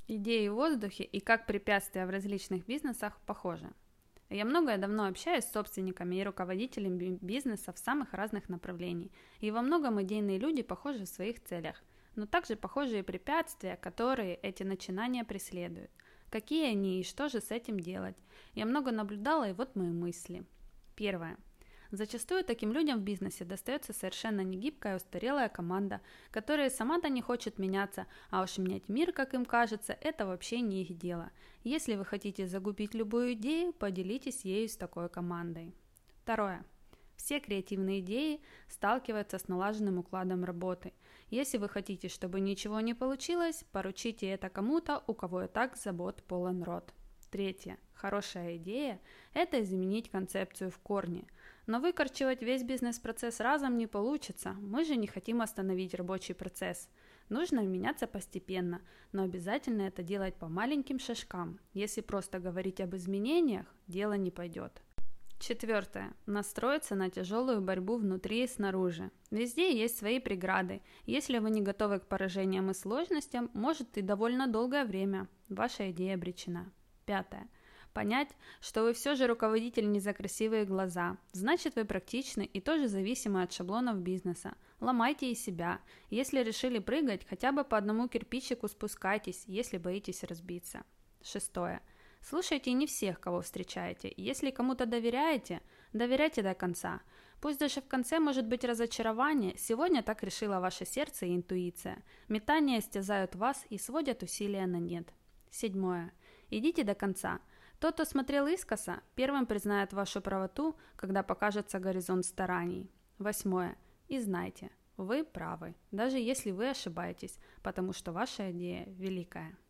Идеи в воздухе и как препятствия в различных бизнесах похожи. Я много и давно общаюсь с собственниками и руководителями бизнеса в самых разных направлениях, и во многом идейные люди похожи в своих целях, но также похожи и препятствия, которые эти начинания преследуют. Какие они и что же с этим делать? Я много наблюдала, и вот мои мысли. Первое. Зачастую таким людям в бизнесе достается совершенно негибкая, устарелая команда, которая сама-то не хочет меняться, а уж менять мир, как им кажется, это вообще не их дело. Если вы хотите загубить любую идею, поделитесь ею с такой командой. Второе. Все креативные идеи сталкиваются с налаженным укладом работы. Если вы хотите, чтобы ничего не получилось, поручите это кому-то, у кого и так забот полон рот. Третье. Хорошая идея – это изменить концепцию в корне. Но выкорчевать весь бизнес-процесс разом не получится. Мы же не хотим остановить рабочий процесс. Нужно меняться постепенно, но обязательно это делать по маленьким шажкам. Если просто говорить об изменениях, дело не пойдет. Четвертое. Настроиться на тяжелую борьбу внутри и снаружи. Везде есть свои преграды. Если вы не готовы к поражениям и сложностям, может и довольно долгое время ваша идея обречена. Пятое. Понять, что вы все же руководитель не за красивые глаза. Значит, вы практичны и тоже зависимы от шаблонов бизнеса. Ломайте и себя. Если решили прыгать, хотя бы по одному кирпичику спускайтесь, если боитесь разбиться. Шестое. Слушайте не всех, кого встречаете. Если кому-то доверяете, доверяйте до конца. Пусть даже в конце может быть разочарование, сегодня так решило ваше сердце и интуиция. Метания истязают вас и сводят усилия на нет. Седьмое. Идите до конца. Тот, кто смотрел искоса, первым признает вашу правоту, когда покажется горизонт стараний. Восьмое. И знайте, вы правы, даже если вы ошибаетесь, потому что ваша идея великая.